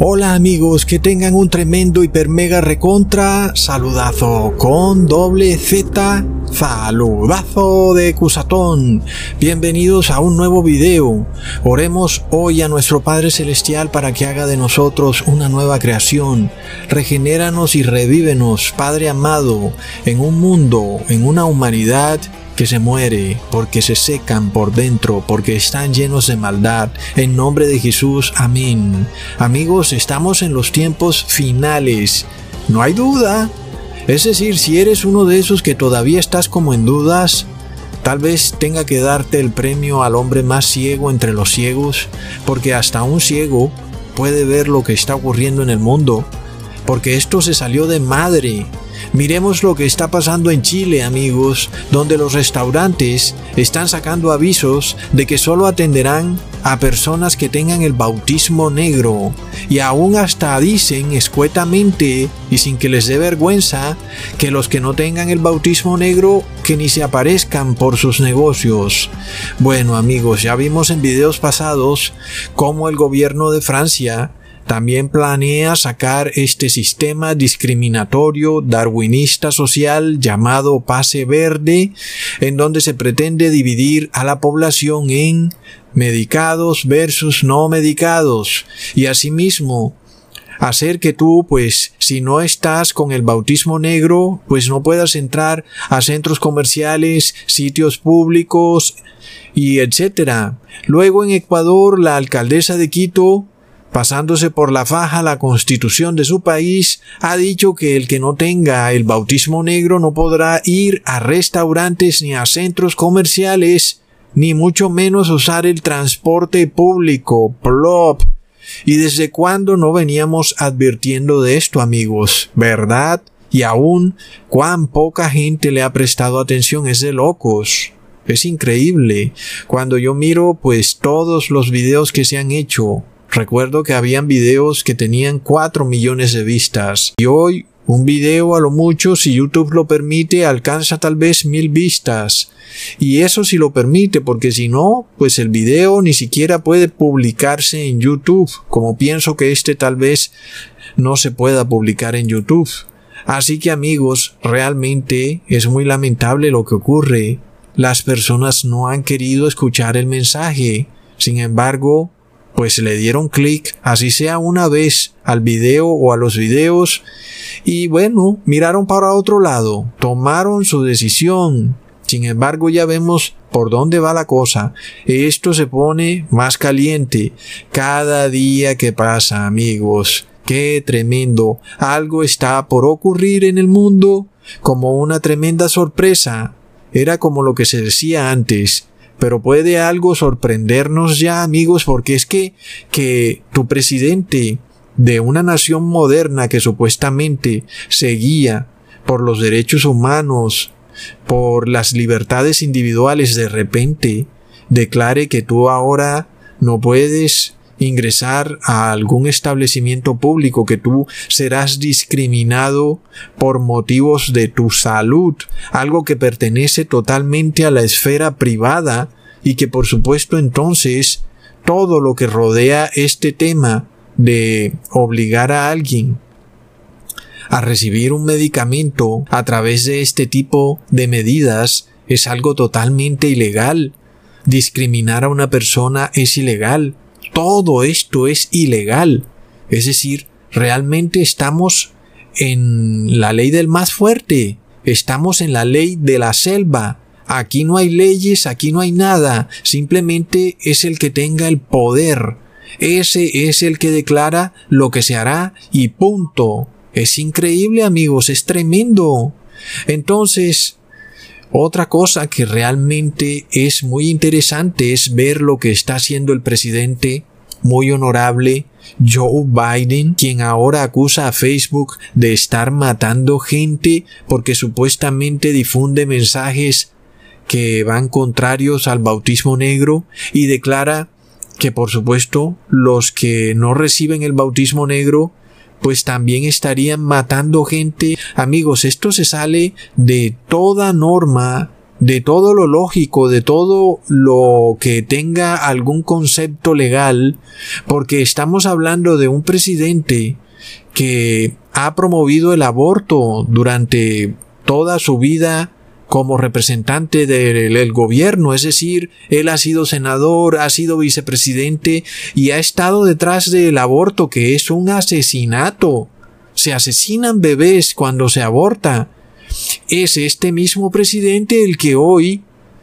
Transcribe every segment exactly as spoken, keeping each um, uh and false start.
Hola amigos, que tengan un tremendo hiper mega recontra saludazo con doble Z, saludazo de Cusatón. Bienvenidos a un nuevo video. Oremos hoy a nuestro Padre Celestial para que haga de nosotros una nueva creación. Regenéranos y revívenos, Padre amado, en un mundo, en una humanidad que se muere, porque se secan por dentro, porque están llenos de maldad. En nombre de Jesús, amén. Amigos, estamos en los tiempos finales, no hay duda. Es decir, si eres uno de esos que todavía estás como en dudas, tal vez tenga que darte el premio al hombre más ciego entre los ciegos, porque hasta un ciego puede ver lo que está ocurriendo en el mundo, porque esto se salió de madre. Miremos lo que está pasando en Chile, amigos, donde los restaurantes están sacando avisos de que solo atenderán a personas que tengan el bautismo negro, y aún hasta dicen escuetamente y sin que les dé vergüenza que los que no tengan el bautismo negro que ni se aparezcan por sus negocios. Bueno, amigos, ya vimos en videos pasados cómo el gobierno de Francia también planea sacar este sistema discriminatorio darwinista social llamado pase verde, en donde se pretende dividir a la población en medicados versus no medicados, y asimismo hacer que tú, pues, si no estás con el bautismo negro, pues no puedas entrar a centros comerciales, sitios públicos y etcétera. Luego en Ecuador, la alcaldesa de Quito, pasándose por la faja la constitución de su país, ha dicho que el que no tenga el bautismo negro no podrá ir a restaurantes ni a centros comerciales, ni mucho menos usar el transporte público. Plop. ¿Y desde cuándo no veníamos advirtiendo de esto, amigos? ¿Verdad? Y aún, cuán poca gente le ha prestado atención, es de locos. Es increíble. Cuando yo miro, pues, todos los videos que se han hecho, recuerdo que habían videos que tenían cuatro millones de vistas, y hoy un video a lo mucho, si YouTube lo permite, alcanza tal vez mil vistas, y eso si lo permite, porque si no, pues el video ni siquiera puede publicarse en YouTube, como pienso que este tal vez no se pueda publicar en YouTube. Así que, amigos, realmente es muy lamentable lo que ocurre. Las personas no han querido escuchar el mensaje. Sin embargo, pues le dieron clic, así sea una vez, al video o a los videos, y bueno, miraron para otro lado, tomaron su decisión. Sin embargo, ya vemos por dónde va la cosa. Esto se pone más caliente cada día que pasa, amigos. ¡Qué tremendo! Algo está por ocurrir en el mundo, como una tremenda sorpresa. Era como lo que se decía antes. Pero puede algo sorprendernos ya, amigos, porque es que, que tu presidente de una nación moderna que supuestamente se guía por los derechos humanos, por las libertades individuales, de repente declare que tú ahora no puedes ingresar a algún establecimiento público, que tú serás discriminado por motivos de tu salud, algo que pertenece totalmente a la esfera privada, y que por supuesto entonces todo lo que rodea este tema de obligar a alguien a recibir un medicamento a través de este tipo de medidas es algo totalmente ilegal. Discriminar a una persona es ilegal. Todo esto es ilegal. Es decir, realmente estamos en la ley del más fuerte. Estamos en la ley de la selva. Aquí no hay leyes, aquí no hay nada. Simplemente es el que tenga el poder. Ese es el que declara lo que se hará y punto. Es increíble, amigos, es tremendo. Entonces, otra cosa que realmente es muy interesante es ver lo que está haciendo el presidente muy honorable Joe Biden, quien ahora acusa a Facebook de estar matando gente porque supuestamente difunde mensajes que van contrarios al bautismo negro, y declara que por supuesto los que no reciben el bautismo negro pues también estarían matando gente. Amigos, esto se sale de toda norma de todo lo lógico, de todo lo que tenga algún concepto legal, porque estamos hablando de un presidente que ha promovido el aborto durante toda su vida como representante del, del gobierno, es decir, él ha sido senador, ha sido vicepresidente y ha estado detrás del aborto, que es un asesinato. Se asesinan bebés cuando se aborta. Es este mismo presidente el que hoy,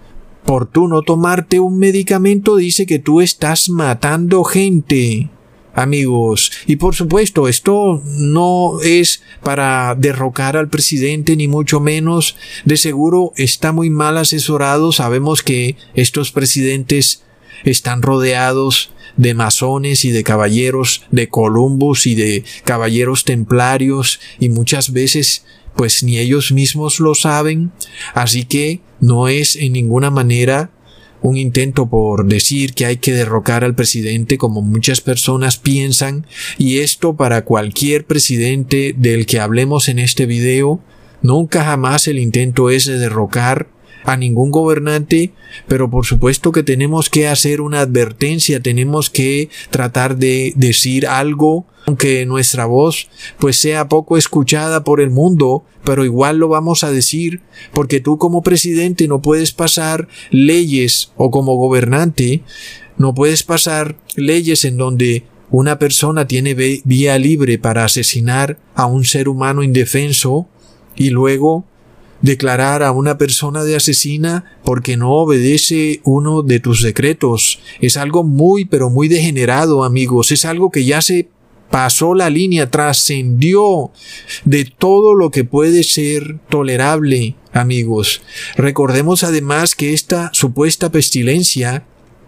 por tú no tomarte un medicamento, dice que tú estás matando gente. Amigos, y por supuesto, esto no es para derrocar al presidente ni mucho menos. De seguro está muy mal asesorado. Sabemos que estos presidentes están rodeados de masones y de caballeros de Columbus y de caballeros templarios, y muchas veces pues ni ellos mismos lo saben. Así que no es en ninguna manera un intento por decir que hay que derrocar al presidente como muchas personas piensan, y esto para cualquier presidente del que hablemos en este video. Nunca jamás el intento es de derrocar a ningún gobernante, pero por supuesto que tenemos que hacer una advertencia, tenemos que tratar de decir algo, aunque nuestra voz pues sea poco escuchada por el mundo, pero igual lo vamos a decir, porque tú como presidente no puedes pasar leyes, o como gobernante no puedes pasar leyes en donde una persona tiene vía libre para asesinar a un ser humano indefenso y luego declarar a una persona de asesina porque no obedece uno de tus decretos. Es algo muy pero muy degenerado, amigos. Es algo que ya se pasó la línea, trascendió de todo lo que puede ser tolerable, amigos. Recordemos además que esta supuesta pestilencia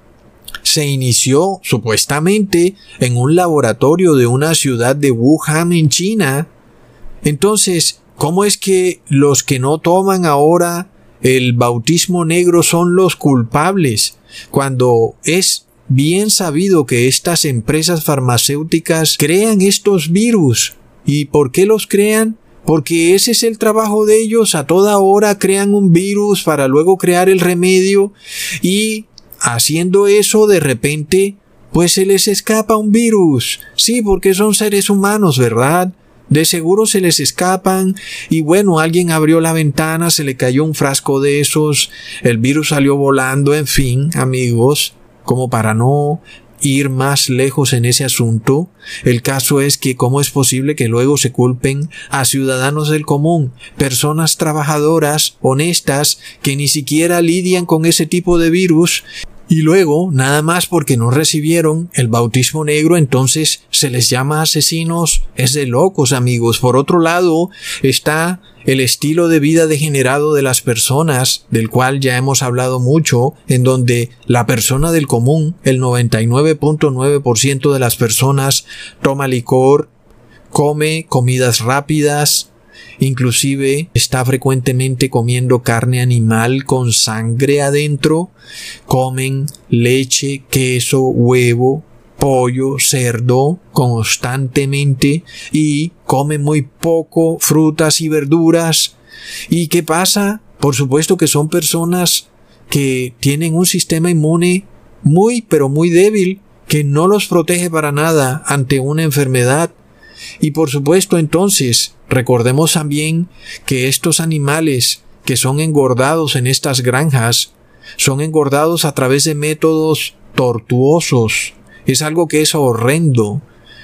se inició supuestamente en un laboratorio de una ciudad de Wuhan en China. Entonces, ¿cómo es que los que no toman ahora el bautismo negro son los culpables, cuando es bien sabido que estas empresas farmacéuticas crean estos virus? ¿Y por qué los crean? Porque ese es el trabajo de ellos. A toda hora crean un virus para luego crear el remedio, y haciendo eso de repente pues se les escapa un virus. Sí, porque son seres humanos, ¿verdad? De seguro se les escapan, y bueno, alguien abrió la ventana, se le cayó un frasco de esos, el virus salió volando, en fin, amigos, como para no ir más lejos en ese asunto, el caso es que cómo es posible que luego se culpen a ciudadanos del común, personas trabajadoras, honestas, que ni siquiera lidian con ese tipo de virus, y luego, nada más porque no recibieron el bautismo negro, entonces se les llama asesinos. Es de locos, amigos. Por otro lado, está el estilo de vida degenerado de las personas, del cual ya hemos hablado mucho, en donde la persona del común, el noventa y nueve punto nueve por ciento de las personas, toma licor, come comidas rápidas, inclusive está frecuentemente comiendo carne animal con sangre adentro, comen leche, queso, huevo, pollo, cerdo constantemente, y comen muy poco frutas y verduras. ¿Y qué pasa? Por supuesto que son personas que tienen un sistema inmune muy pero muy débil, que no los protege para nada ante una enfermedad. Y por supuesto, entonces, recordemos también que estos animales que son engordados en estas granjas son engordados a través de métodos tortuosos. Es algo que es horrendo.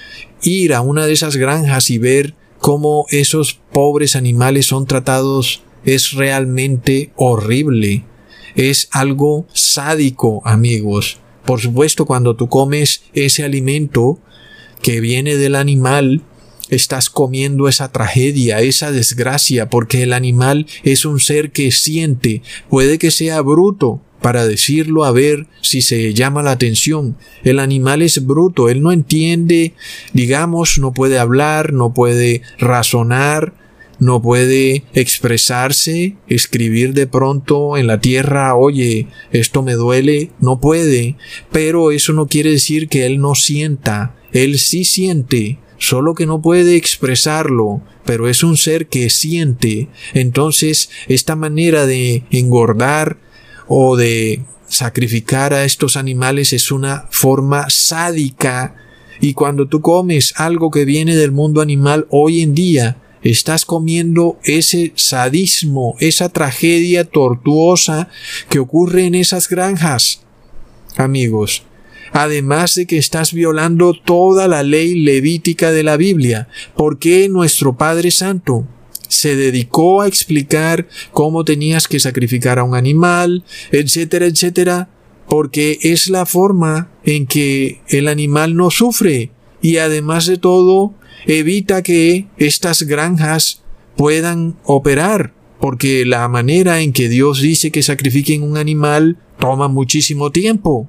Ir a una de esas granjas y ver cómo esos pobres animales son tratados es realmente horrible. Es algo sádico, amigos. Por supuesto, cuando tú comes ese alimento que viene del animal, estás comiendo esa tragedia, esa desgracia, porque el animal es un ser que siente. Puede que sea bruto, para decirlo a ver si se llama la atención. El animal es bruto, él no entiende, digamos, no puede hablar, no puede razonar, no puede expresarse, escribir de pronto en la tierra, oye, esto me duele, no puede, pero eso no quiere decir que él no sienta, él sí siente. solo que no puede expresarlo, pero es un ser que siente. Entonces, esta manera de engordar o de sacrificar a estos animales es una forma sádica. Y cuando tú comes algo que viene del mundo animal hoy en día, estás comiendo ese sadismo, esa tragedia tortuosa que ocurre en esas granjas, amigos. Además de que estás violando toda la ley levítica de la Biblia, porque nuestro Padre Santo se dedicó a explicar cómo tenías que sacrificar a un animal, etcétera, etcétera, porque es la forma en que el animal no sufre y además de todo evita que estas granjas puedan operar, porque la manera en que Dios dice que sacrifiquen un animal toma muchísimo tiempo.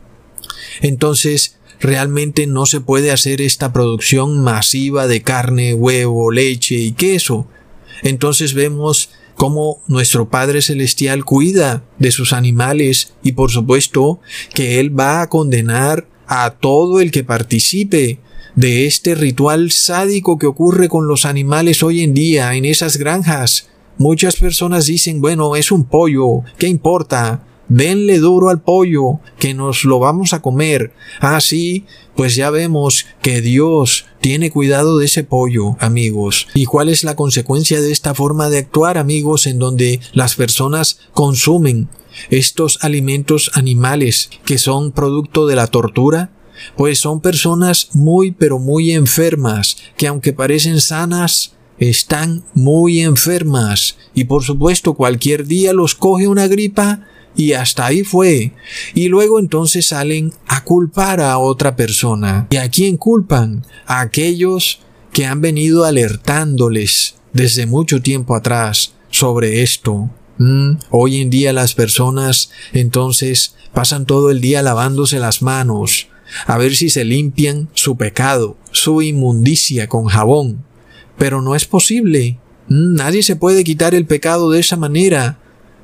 Entonces, realmente no se puede hacer esta producción masiva de carne, huevo, leche y queso. Entonces vemos cómo nuestro Padre Celestial cuida de sus animales y por supuesto que Él va a condenar a todo el que participe de este ritual sádico que ocurre con los animales hoy en día en esas granjas. Muchas personas dicen, bueno, es un pollo, ¿qué importa? Denle duro al pollo, que nos lo vamos a comer. Ah, sí, pues ya vemos que Dios tiene cuidado de ese pollo, amigos. ¿Y cuál es la consecuencia de esta forma de actuar, amigos, en donde las personas consumen estos alimentos animales que son producto de la tortura? Pues son personas muy pero muy enfermas, que aunque parecen sanas, están muy enfermas. Y por supuesto cualquier día los coge una gripa y hasta ahí fue. Y luego entonces salen a culpar a otra persona. ¿Y a quién culpan? A aquellos que han venido alertándoles desde mucho tiempo atrás sobre esto. Mm, hoy en día las personas entonces pasan todo el día lavándose las manos a ver si se limpian su pecado, su inmundicia con jabón. Pero no es posible. Mm, nadie se puede quitar el pecado de esa manera.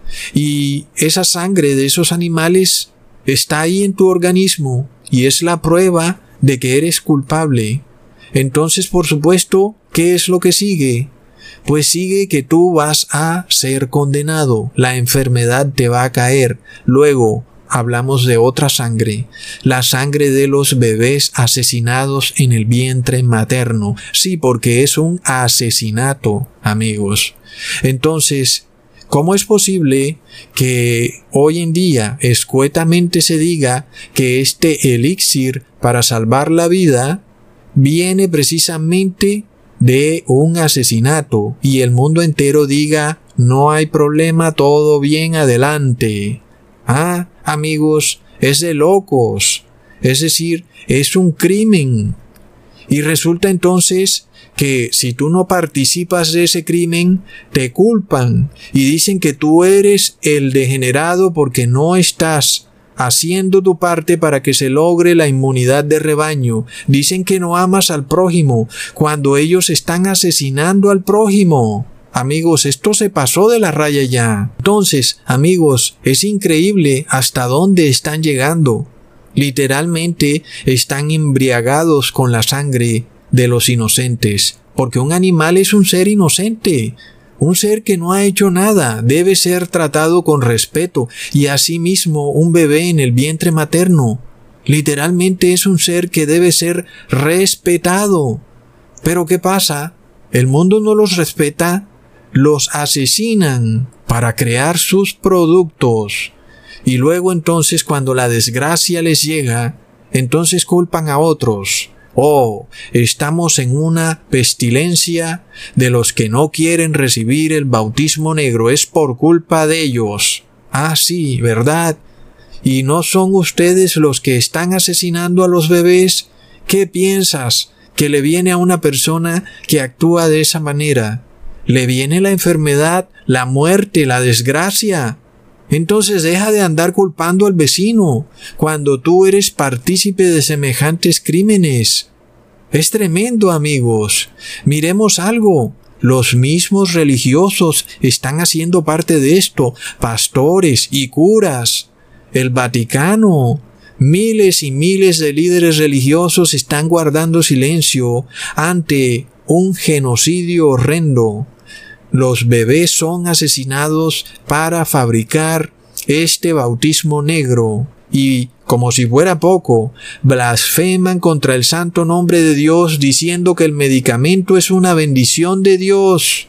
Y esa sangre de esos animales está ahí en tu organismo y es la prueba de que eres culpable. Entonces, por supuesto, ¿qué es lo que sigue? Pues sigue que tú vas a ser condenado. La enfermedad te va a caer. Luego, hablamos de otra sangre, la sangre de los bebés asesinados en el vientre materno. Sí, porque es un asesinato, amigos. Entonces, ¿cómo es posible que hoy en día escuetamente se diga que este elixir para salvar la vida viene precisamente de un asesinato y el mundo entero diga no hay problema, todo bien, adelante? Ah, amigos, es de locos. Es decir, es un crimen. Y resulta entonces que si tú no participas de ese crimen, te culpan y dicen que tú eres el degenerado porque no estás haciendo tu parte para que se logre la inmunidad de rebaño. Dicen que no amas al prójimo cuando ellos están asesinando al prójimo. Amigos, esto se pasó de la raya ya. Entonces, amigos, es increíble hasta dónde están llegando. Literalmente están embriagados con la sangre de los inocentes, porque un animal es un ser inocente, un ser que no ha hecho nada, debe ser tratado con respeto, y asimismo un bebé en el vientre materno, literalmente es un ser que debe ser respetado. Pero ¿qué pasa? El mundo no los respeta, los asesinan para crear sus productos, y luego entonces cuando la desgracia les llega, entonces culpan a otros. Oh, estamos en una pestilencia de los que no quieren recibir el bautismo negro, es por culpa de ellos. Ah, sí, ¿verdad? ¿Y no son ustedes los que están asesinando a los bebés? ¿Qué piensas que le viene a una persona que actúa de esa manera? Le viene la enfermedad, la muerte, la desgracia. Entonces deja de andar culpando al vecino cuando tú eres partícipe de semejantes crímenes. Es tremendo, amigos. Miremos algo. Los mismos religiosos están haciendo parte de esto, pastores y curas. El Vaticano Miles y miles de líderes religiosos están guardando silencio ante un genocidio horrendo. Los bebés son asesinados para fabricar este bautismo negro y, como si fuera poco, blasfeman contra el santo nombre de Dios diciendo que el medicamento es una bendición de Dios.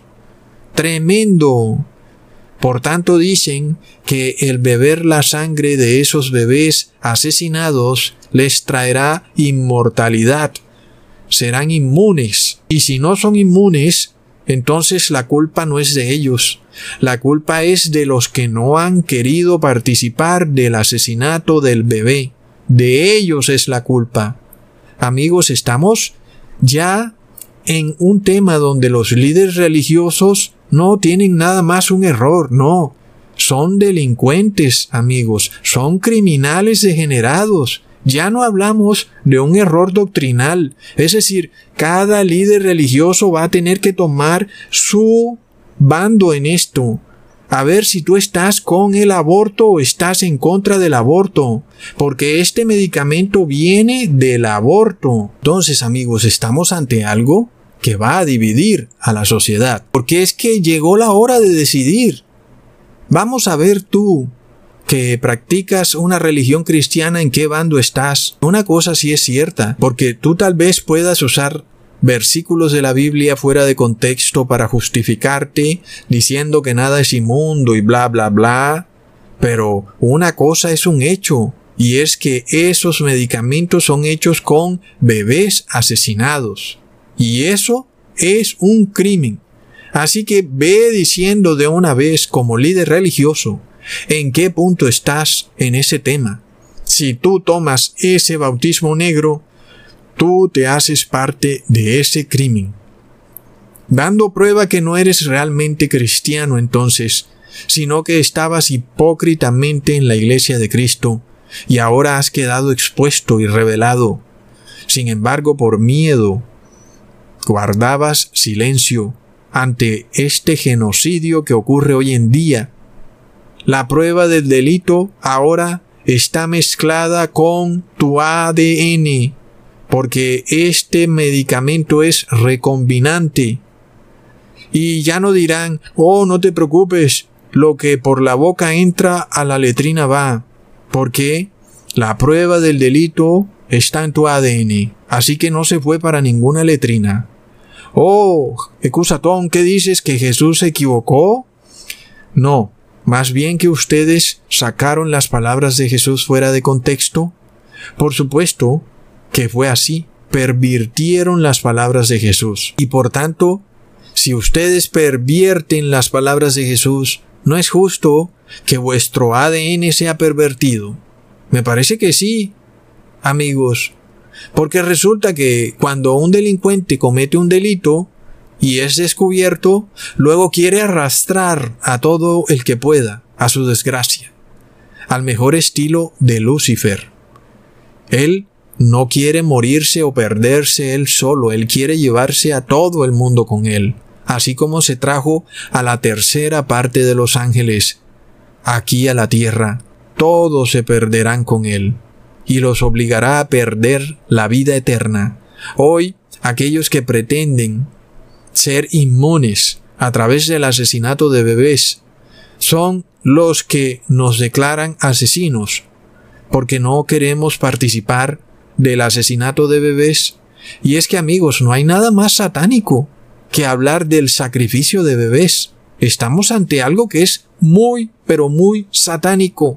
Tremendo. Por tanto dicen que el beber la sangre de esos bebés asesinados les traerá inmortalidad. Serán inmunes. Y si no son inmunes, entonces la culpa no es de ellos. La culpa es de los que no han querido participar del asesinato del bebé. De ellos es la culpa. Amigos, estamos ya en un tema donde los líderes religiosos no tienen nada más un error, no. Son delincuentes, amigos. Son criminales degenerados. Ya no hablamos de un error doctrinal. Es decir, cada líder religioso va a tener que tomar su bando en esto. A ver si tú estás con el aborto o estás en contra del aborto. Porque este medicamento viene del aborto. Entonces, amigos, estamos ante algo que va a dividir a la sociedad. Porque es que llegó la hora de decidir. Vamos a ver tú, que practicas una religión cristiana, ¿en qué bando estás? Una cosa sí es cierta, porque tú tal vez puedas usar versículos de la Biblia fuera de contexto para justificarte, diciendo que nada es inmundo y bla bla bla, pero una cosa es un hecho, y es que esos medicamentos son hechos con bebés asesinados, y eso es un crimen. Así que ve diciendo de una vez como líder religioso, ¿en qué punto estás en ese tema? Si tú tomas ese bautismo negro, tú te haces parte de ese crimen, dando prueba que no eres realmente cristiano entonces, sino que estabas hipócritamente en la iglesia de Cristo y ahora has quedado expuesto y revelado. Sin embargo, por miedo, guardabas silencio ante este genocidio que ocurre hoy en día. La prueba del delito ahora está mezclada con tu A D N, porque este medicamento es recombinante. Y ya no dirán, oh, no te preocupes, lo que por la boca entra a la letrina va, porque la prueba del delito está en tu A D N, así que no se fue para ninguna letrina. Oh, Ecusatón, ¿qué dices? ¿Que Jesús se equivocó? No. Más bien que ustedes sacaron las palabras de Jesús fuera de contexto. Por supuesto que fue así. Pervirtieron las palabras de Jesús. Y por tanto, si ustedes pervierten las palabras de Jesús, no es justo que vuestro A D N sea pervertido. Me parece que sí, amigos. Porque resulta que cuando un delincuente comete un delito y es descubierto, luego quiere arrastrar a todo el que pueda a su desgracia, al mejor estilo de Lucifer. Él no quiere morirse o perderse él solo, él quiere llevarse a todo el mundo con él, así como se trajo a la tercera parte de los ángeles aquí a la tierra. Todos se perderán con él y los obligará a perder la vida eterna. Hoy, aquellos que pretenden ser inmunes a través del asesinato de bebés son los que nos declaran asesinos, porque no queremos participar del asesinato de bebés. Y es que, amigos, no hay nada más satánico que hablar del sacrificio de bebés. Estamos ante algo que es muy, pero muy satánico.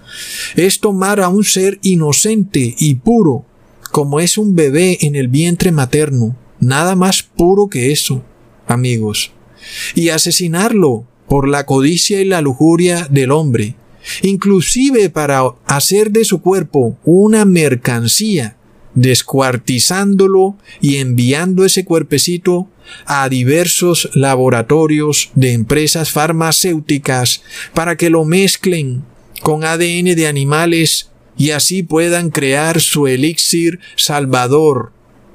Es tomar a un ser inocente y puro, como es un bebé en el vientre materno, nada más puro que eso, amigos, y asesinarlo por la codicia y la lujuria del hombre, inclusive para hacer de su cuerpo una mercancía, descuartizándolo y enviando ese cuerpecito a diversos laboratorios de empresas farmacéuticas para que lo mezclen con A D N de animales y así puedan crear su elixir salvador.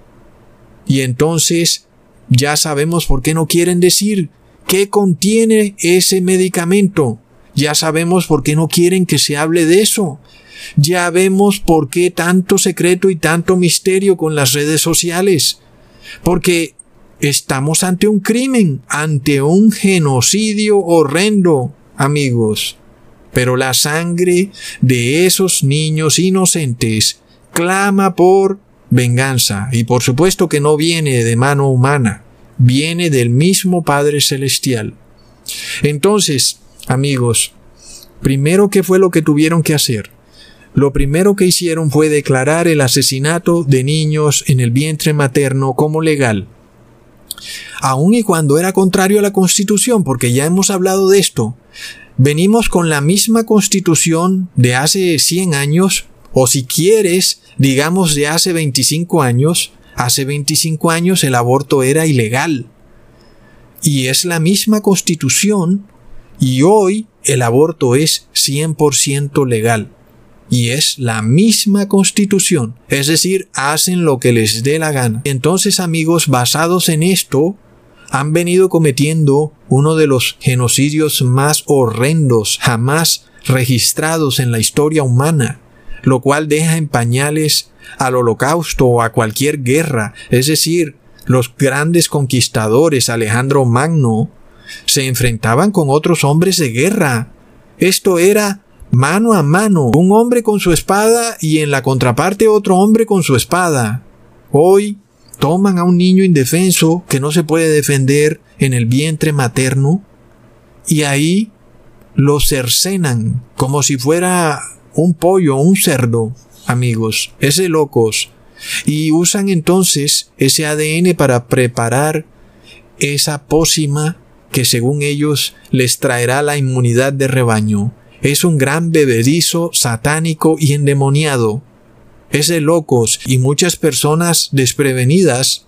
Y entonces ya sabemos por qué no quieren decir qué contiene ese medicamento. Ya sabemos por qué no quieren que se hable de eso. Ya vemos por qué tanto secreto y tanto misterio con las redes sociales. Porque estamos ante un crimen, ante un genocidio horrendo, amigos. Pero la sangre de esos niños inocentes clama por venganza. Y por supuesto que no viene de mano humana, viene del mismo Padre Celestial. Entonces, amigos, primero, ¿qué fue lo que tuvieron que hacer? Lo primero que hicieron fue declarar el asesinato de niños en el vientre materno como legal. Aun y cuando era contrario a la Constitución, porque ya hemos hablado de esto. Venimos con la misma Constitución de hace cien años, o si quieres, digamos de hace veinticinco años. Hace veinticinco años el aborto era ilegal. Y es la misma Constitución, y hoy el aborto es cien por ciento legal. Y es la misma Constitución, es decir, hacen lo que les dé la gana. Entonces, amigos, basados en esto, han venido cometiendo uno de los genocidios más horrendos jamás registrados en la historia humana, lo cual deja en pañales al Holocausto o a cualquier guerra. Es decir, los grandes conquistadores, Alejandro Magno, se enfrentaban con otros hombres de guerra. Esto era mano a mano, un hombre con su espada y en la contraparte otro hombre con su espada. Hoy toman a un niño indefenso que no se puede defender en el vientre materno y ahí lo cercenan como si fuera un pollo, un cerdo, amigos. Es de locos. Y usan entonces ese A D N para preparar esa pócima que según ellos les traerá la inmunidad de rebaño. Es un gran bebedizo satánico y endemoniado. Es de locos, y muchas personas desprevenidas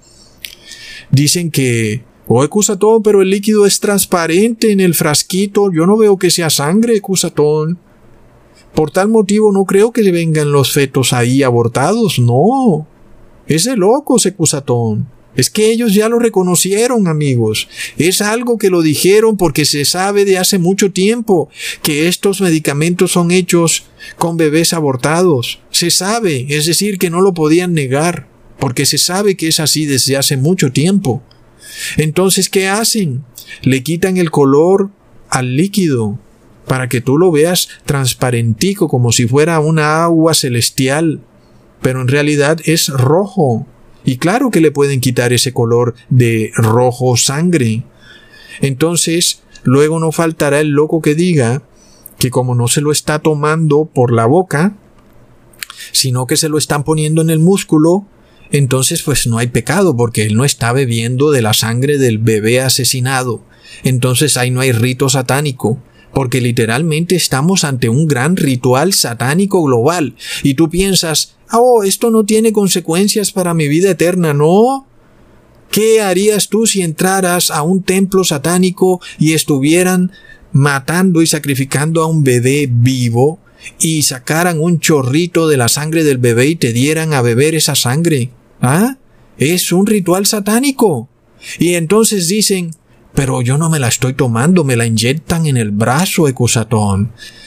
dicen que, oh, Cusatón, pero el líquido es transparente en el frasquito, yo no veo que sea sangre, Cusatón. Por tal motivo no creo que vengan los fetos ahí abortados, no. Es de locos, Cusatón. Es que ellos ya lo reconocieron, amigos. Es algo que lo dijeron porque se sabe de hace mucho tiempo que estos medicamentos son hechos con bebés abortados. Se sabe, es decir, que no lo podían negar, porque se sabe que es así desde hace mucho tiempo. Entonces, ¿qué hacen? Le quitan el color al líquido para que tú lo veas transparentico, como si fuera una agua celestial, pero en realidad es rojo. Y claro que le pueden quitar ese color de rojo sangre. Entonces, luego no faltará el loco que diga que como no se lo está tomando por la boca, sino que se lo están poniendo en el músculo, entonces pues no hay pecado porque él no está bebiendo de la sangre del bebé asesinado. Entonces ahí no hay rito satánico, porque literalmente estamos ante un gran ritual satánico global. Y tú piensas, oh, esto no tiene consecuencias para mi vida eterna, ¿no? ¿Qué harías tú si entraras a un templo satánico y estuvieran matando y sacrificando a un bebé vivo y sacaran un chorrito de la sangre del bebé y te dieran a beber esa sangre? ¿Ah? Es un ritual satánico. Y entonces dicen, pero yo no me la estoy tomando, me la inyectan en el brazo, Ecusatón.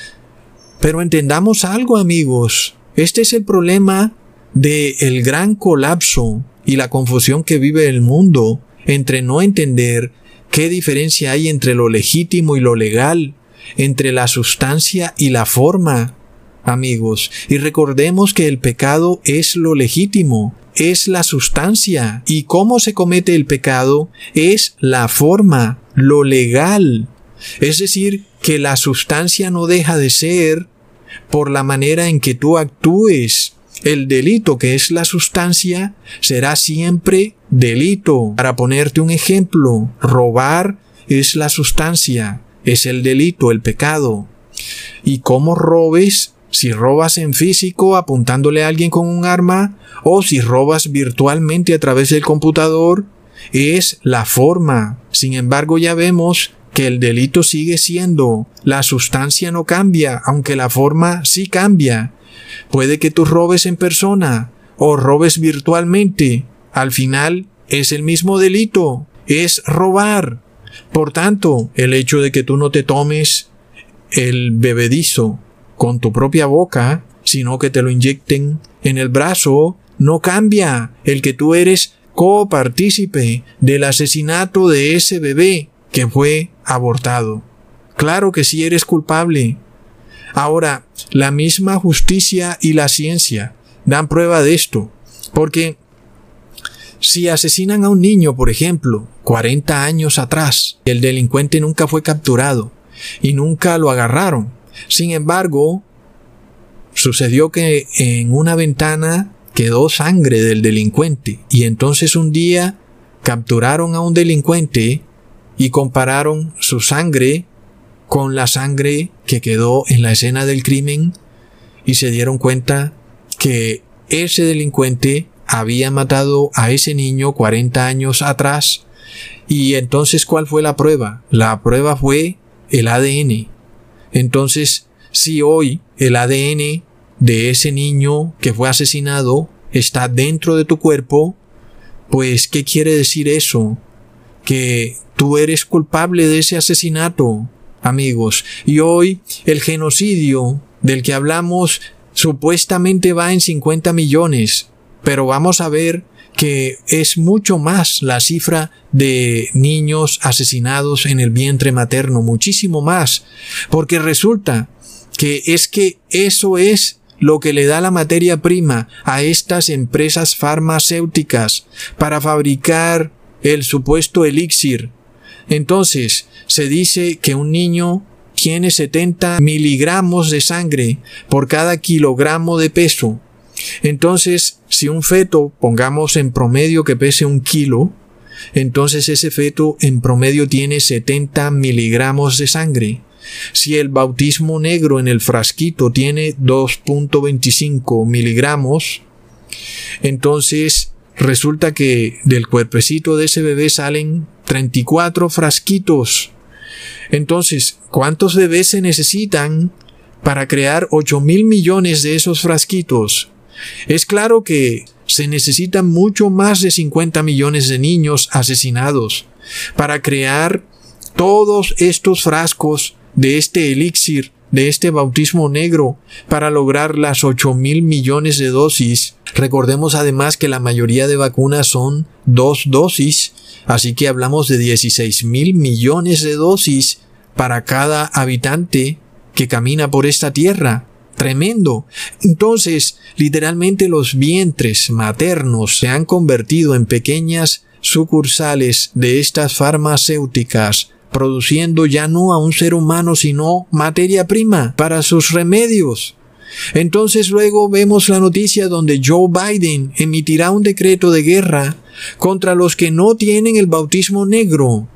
Pero entendamos algo, amigos. Este es el problema del gran colapso y la confusión que vive el mundo entre no entender qué diferencia hay entre lo legítimo y lo legal, entre la sustancia y la forma, amigos. Y recordemos que el pecado es lo legítimo, es la sustancia. Y cómo se comete el pecado es la forma, lo legal. Es decir, que la sustancia no deja de ser por la manera en que tú actúes. El delito, que es la sustancia, será siempre delito. Para ponerte un ejemplo, robar es la sustancia, es el delito, el pecado. ¿Y cómo robes? Si robas en físico apuntándole a alguien con un arma, o si robas virtualmente a través del computador, es la forma. Sin embargo, ya vemos que el delito sigue siendo, la sustancia no cambia, aunque la forma sí cambia. Puede que tú robes en persona o robes virtualmente. Al final es el mismo delito, es robar. Por tanto, el hecho de que tú no te tomes el bebedizo con tu propia boca sino que te lo inyecten en el brazo, no cambia el que tú eres copartícipe del asesinato de ese bebé que fue abortado. Claro que sí eres culpable. Ahora, la misma justicia y la ciencia dan prueba de esto, porque si asesinan a un niño, por ejemplo, cuarenta años atrás, el delincuente nunca fue capturado y nunca lo agarraron. Sin embargo, sucedió que en una ventana quedó sangre del delincuente y entonces un día capturaron a un delincuente y compararon su sangre con la sangre que quedó en la escena del crimen y se dieron cuenta que ese delincuente había matado a ese niño cuarenta años atrás. Y entonces, ¿cuál fue la prueba? La prueba fue el A D N. Entonces, si hoy el A D N de ese niño que fue asesinado está dentro de tu cuerpo, pues, ¿qué quiere decir eso? Que tú eres culpable de ese asesinato, amigos. Y hoy el genocidio del que hablamos supuestamente va en cincuenta millones, pero vamos a ver que es mucho más la cifra de niños asesinados en el vientre materno, muchísimo más, porque resulta que es que eso es lo que le da la materia prima a estas empresas farmacéuticas para fabricar el supuesto elixir. Entonces, se dice que un niño tiene setenta miligramos de sangre por cada kilogramo de peso. Entonces, si un feto, pongamos en promedio que pese un kilo, entonces ese feto en promedio tiene setenta miligramos de sangre. Si el bautismo negro en el frasquito tiene dos punto veinticinco miligramos, entonces resulta que del cuerpecito de ese bebé salen treinta y cuatro frasquitos. Entonces, ¿cuántos bebés se necesitan para crear ocho mil millones de esos frasquitos? Es claro que se necesitan mucho más de cincuenta millones de niños asesinados para crear todos estos frascos de este elixir, de este bautismo negro, para lograr las ocho mil millones de dosis. Recordemos además que la mayoría de vacunas son dos dosis, así que hablamos de dieciséis mil millones de dosis para cada habitante que camina por esta tierra. Tremendo. Entonces, literalmente los vientres maternos se han convertido en pequeñas sucursales de estas farmacéuticas, produciendo ya no a un ser humano, sino materia prima para sus remedios. Entonces luego vemos la noticia donde Joe Biden emitirá un decreto de guerra contra los que no tienen el bautismo negro.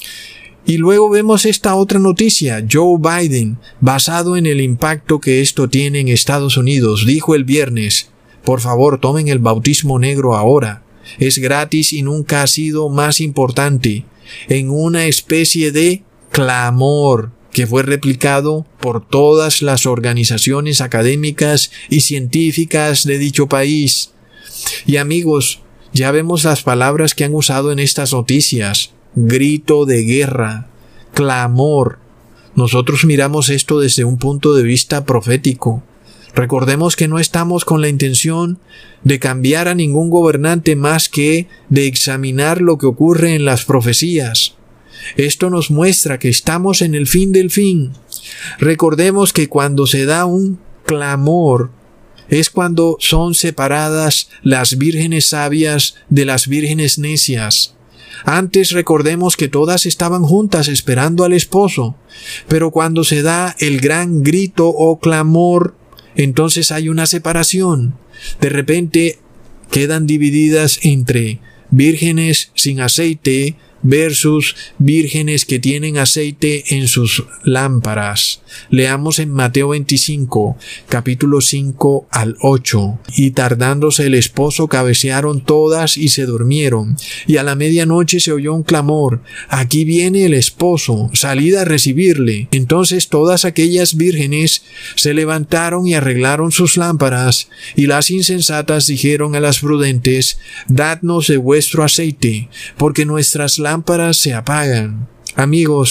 Y luego vemos esta otra noticia. Joe Biden, basado en el impacto que esto tiene en Estados Unidos, dijo el viernes: por favor, tomen el bautismo negro ahora. Es gratis y nunca ha sido más importante. En una especie de clamor que fue replicado por todas las organizaciones académicas y científicas de dicho país. Y amigos, ya vemos las palabras que han usado en estas noticias: grito de guerra, clamor. Nosotros miramos esto desde un punto de vista profético. Recordemos que no estamos con la intención de cambiar a ningún gobernante más que de examinar lo que ocurre en las profecías. Esto nos muestra que estamos en el fin del fin. Recordemos que cuando se da un clamor es cuando son separadas las vírgenes sabias de las vírgenes necias. Antes recordemos que todas estaban juntas esperando al esposo, pero cuando se da el gran grito o clamor, entonces hay una separación. De repente quedan divididas entre vírgenes sin aceite versus vírgenes que tienen aceite en sus lámparas. Leamos en Mateo veinticinco, capítulo cinco al ocho. Y tardándose el esposo, cabecearon todas y se durmieron. Y a la medianoche se oyó un clamor: aquí viene el esposo, salid a recibirle. Entonces todas aquellas vírgenes se levantaron y arreglaron sus lámparas. Y las insensatas dijeron a las prudentes: dadnos de vuestro aceite, porque nuestras lámparas se apagan. Amigos,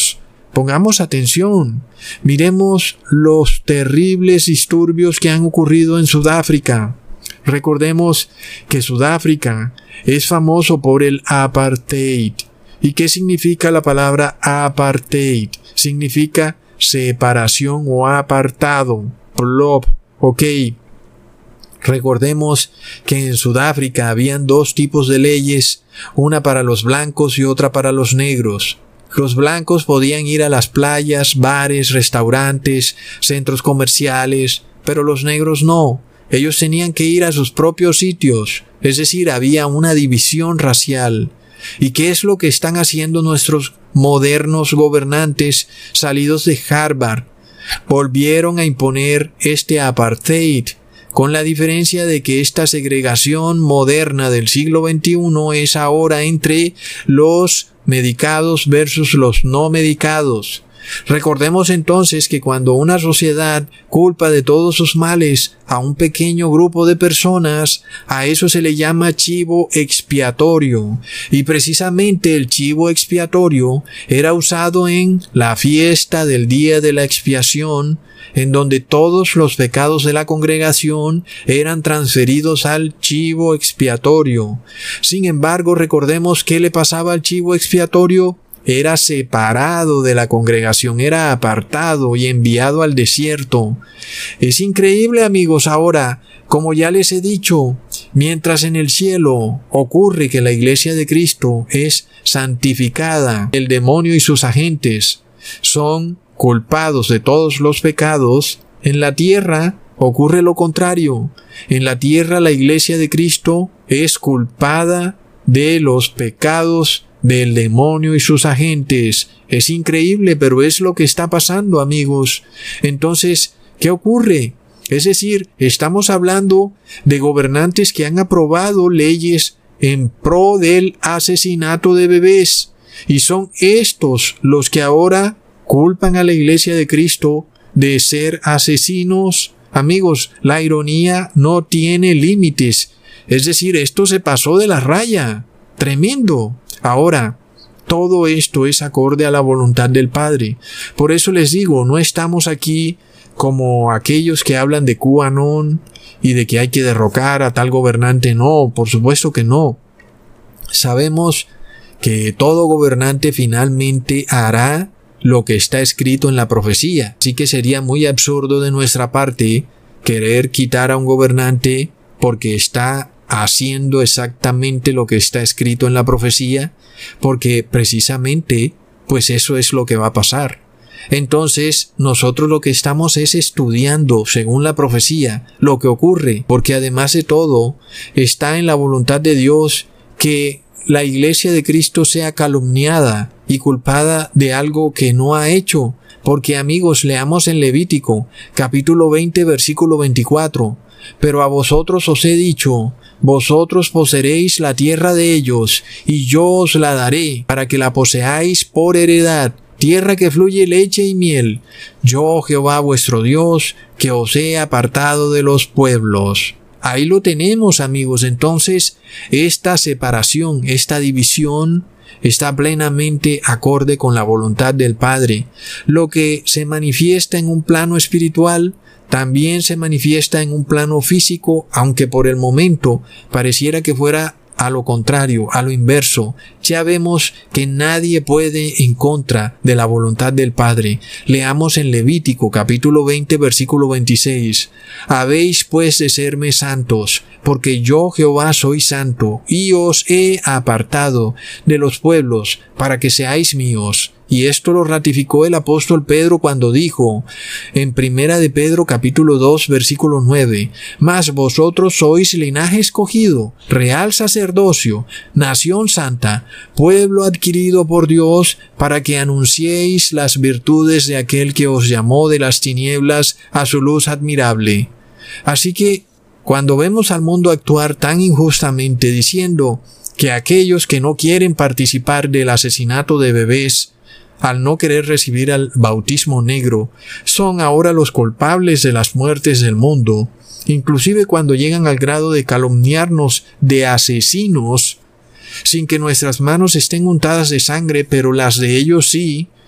Pongamos atención. Miremos los terribles disturbios que han ocurrido en Sudáfrica. Recordemos que Sudáfrica es famoso por el apartheid. ¿Y qué significa la palabra apartheid? Significa separación o apartado. Blob. Ok. Recordemos que en Sudáfrica habían dos tipos de leyes, una para los blancos y otra para los negros. Los blancos podían ir a las playas, bares, restaurantes, centros comerciales, pero los negros no. Ellos tenían que ir a sus propios sitios, es decir, había una división racial. ¿Y qué es lo que están haciendo nuestros modernos gobernantes salidos de Harvard? Volvieron a imponer este apartheid, con la diferencia de que esta segregación moderna del siglo veintiuno es ahora entre los medicados versus los no medicados. Recordemos entonces que cuando una sociedad culpa de todos sus males a un pequeño grupo de personas, a eso se le llama chivo expiatorio. Y precisamente el chivo expiatorio era usado en la fiesta del día de la expiación, en donde todos los pecados de la congregación eran transferidos al chivo expiatorio. Sin embargo, recordemos qué le pasaba al chivo expiatorio. Era separado de la congregación, era apartado y enviado al desierto. Es increíble, amigos, ahora, como ya les he dicho, mientras en el cielo ocurre que la iglesia de Cristo es santificada, el demonio y sus agentes son culpados de todos los pecados, en la tierra ocurre lo contrario. En la tierra la iglesia de Cristo es culpada de los pecados del demonio y sus agentes. Es increíble, pero es lo que está pasando, amigos. Entonces, ¿qué ocurre? Es decir, estamos hablando de gobernantes que han aprobado leyes en pro del asesinato de bebés. Y son estos los que ahora culpan a la iglesia de Cristo de ser asesinos. Amigos, la ironía no tiene límites. Es decir, esto se pasó de la raya. Tremendo. Ahora, todo esto es acorde a la voluntad del Padre. Por eso les digo, no estamos aquí como aquellos que hablan de QAnon y de que hay que derrocar a tal gobernante. No, por supuesto que no. Sabemos que todo gobernante finalmente hará lo que está escrito en la profecía. Así que sería muy absurdo de nuestra parte querer quitar a un gobernante porque está haciendo exactamente lo que está escrito en la profecía, porque precisamente pues eso es lo que va a pasar. Entonces nosotros lo que estamos es estudiando según la profecía lo que ocurre, porque además de todo está en la voluntad de Dios que la iglesia de Cristo sea calumniada y culpada de algo que no ha hecho, porque amigos, leamos en Levítico capítulo veinte versículo veinticuatro. Pero a vosotros os he dicho, vosotros poseeréis la tierra de ellos, y yo os la daré, para que la poseáis por heredad, tierra que fluye leche y miel. Yo, Jehová vuestro Dios, que os he apartado de los pueblos. Ahí lo tenemos, amigos. Entonces, esta separación, esta división, está plenamente acorde con la voluntad del Padre. Lo que se manifiesta en un plano espiritual, también se manifiesta en un plano físico, aunque por el momento pareciera que fuera a lo contrario, a lo inverso. Ya vemos que nadie puede en contra de la voluntad del Padre. Leamos en Levítico capítulo veinte versículo veintiséis. Habéis pues de serme santos, porque yo Jehová soy santo, y os he apartado de los pueblos, para que seáis míos. Y esto lo ratificó el apóstol Pedro cuando dijo en Primera de Pedro capítulo dos versículo nueve: Mas vosotros sois linaje escogido, real sacerdocio, nación santa, pueblo adquirido por Dios, para que anunciéis las virtudes de aquel que os llamó de las tinieblas a su luz admirable. Así que cuando vemos al mundo actuar tan injustamente, diciendo que aquellos que no quieren participar del asesinato de bebés, al no querer recibir el bautismo negro, son ahora los culpables de las muertes del mundo, inclusive cuando llegan al grado de calumniarnos de asesinos, sin que nuestras manos estén untadas de sangre, pero las de ellos sí,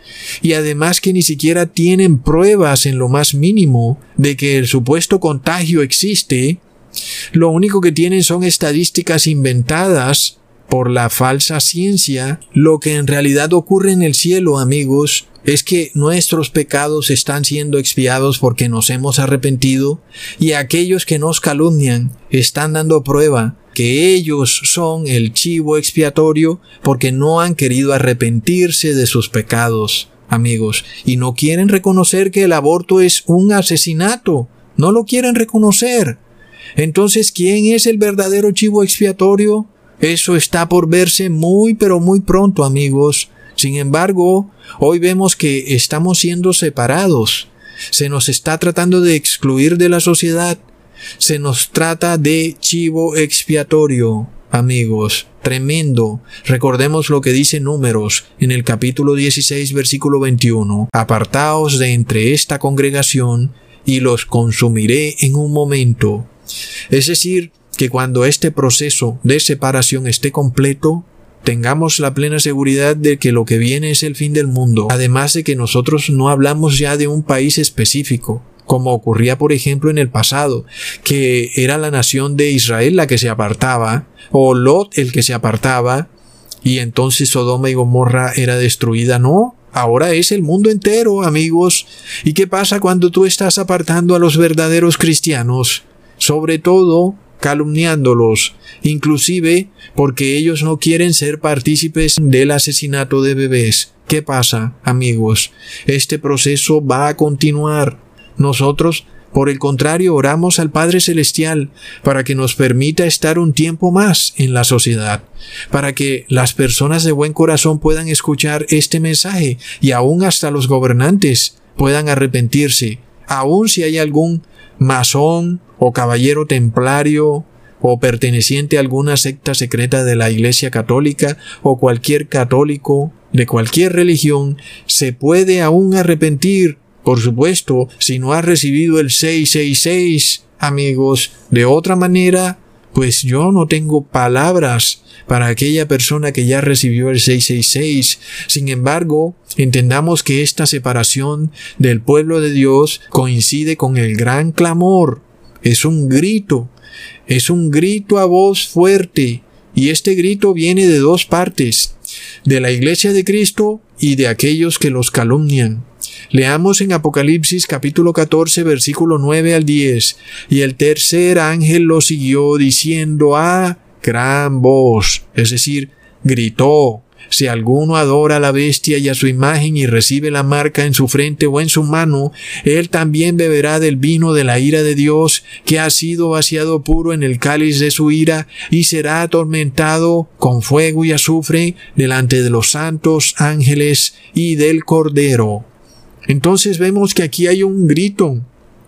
Y además que ni siquiera tienen pruebas en lo más mínimo de que el supuesto contagio existe. Lo único que tienen son estadísticas inventadas por la falsa ciencia. Lo que en realidad ocurre en el cielo, amigos, es que nuestros pecados están siendo expiados porque nos hemos arrepentido, y aquellos que nos calumnian están dando prueba que ellos son el chivo expiatorio porque no han querido arrepentirse de sus pecados, amigos, y no quieren reconocer que el aborto es un asesinato. No lo quieren reconocer. Entonces, ¿quién es el verdadero chivo expiatorio? Eso está por verse muy pero muy pronto, amigos. Sin embargo, hoy vemos que estamos siendo separados. Se nos está tratando de excluir de la sociedad. Se nos trata de chivo expiatorio, amigos. Tremendo. Recordemos lo que dice Números en el capítulo dieciséis, versículo veintiuno. Apartaos de entre esta congregación y los consumiré en un momento. Es decir, que cuando este proceso de separación esté completo, tengamos la plena seguridad de que lo que viene es el fin del mundo. Además de que nosotros no hablamos ya de un país específico, como ocurría por ejemplo en el pasado, que era la nación de Israel la que se apartaba, o Lot el que se apartaba, y entonces Sodoma y Gomorra era destruida. No, ahora es el mundo entero, amigos. ¿Y qué pasa cuando tú estás apartando a los verdaderos cristianos? Sobre todo calumniándolos, inclusive porque ellos no quieren ser partícipes del asesinato de bebés. ¿Qué pasa, amigos? Este proceso va a continuar. Nosotros, por el contrario, oramos al Padre Celestial para que nos permita estar un tiempo más en la sociedad, para que las personas de buen corazón puedan escuchar este mensaje y aún hasta los gobernantes puedan arrepentirse, aun si hay algún masón o caballero templario o perteneciente a alguna secta secreta de la Iglesia Católica o cualquier católico de cualquier religión, se puede aún arrepentir. Por supuesto, si no ha recibido el seiscientos sesenta y seis, amigos. De otra manera, pues yo no tengo palabras para aquella persona que ya recibió el seiscientos sesenta y seis. Sin embargo, entendamos que esta separación del pueblo de Dios coincide con el gran clamor. Es un grito, es un grito a voz fuerte, y este grito viene de dos partes, de la Iglesia de Cristo y de aquellos que los calumnian. Leamos en Apocalipsis capítulo catorce, versículo nueve al diez. Y el tercer ángel lo siguió diciendo a gran voz, es decir, gritó: si alguno adora a la bestia y a su imagen y recibe la marca en su frente o en su mano, él también beberá del vino de la ira de Dios, que ha sido vaciado puro en el cáliz de su ira, y será atormentado con fuego y azufre delante de los santos ángeles y del Cordero. Entonces vemos que aquí hay un grito.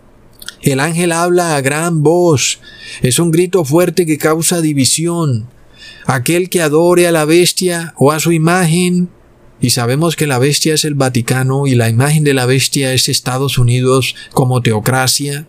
El ángel habla a gran voz. Es un grito fuerte que causa división. Aquel que adore a la bestia o a su imagen, y sabemos que la bestia es el Vaticano y la imagen de la bestia es Estados Unidos como teocracia,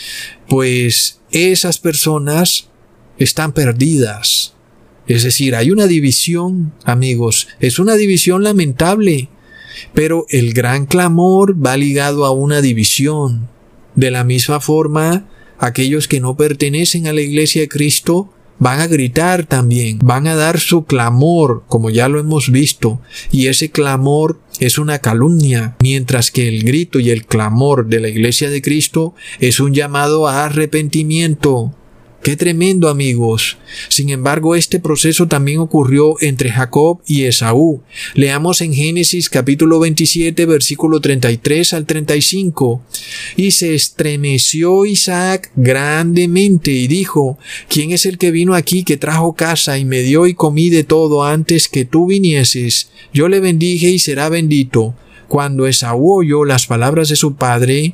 pues esas personas están perdidas. Es decir, hay una división, amigos. Es una división lamentable. Pero el gran clamor va ligado a una división. De la misma forma, aquellos que no pertenecen a la Iglesia de Cristo van a gritar también, van a dar su clamor, como ya lo hemos visto, y ese clamor es una calumnia, mientras que el grito y el clamor de la Iglesia de Cristo es un llamado a arrepentimiento. ¡Qué tremendo, amigos! Sin embargo, este proceso también ocurrió entre Jacob y Esaú. Leamos en Génesis capítulo veintisiete, versículo treinta y tres al treinta y cinco. Y se estremeció Isaac grandemente y dijo: ¿quién es el que vino aquí, que trajo caza y me dio y comí de todo antes que tú vinieses? Yo le bendije y será bendito. Cuando Esaú oyó las palabras de su padre,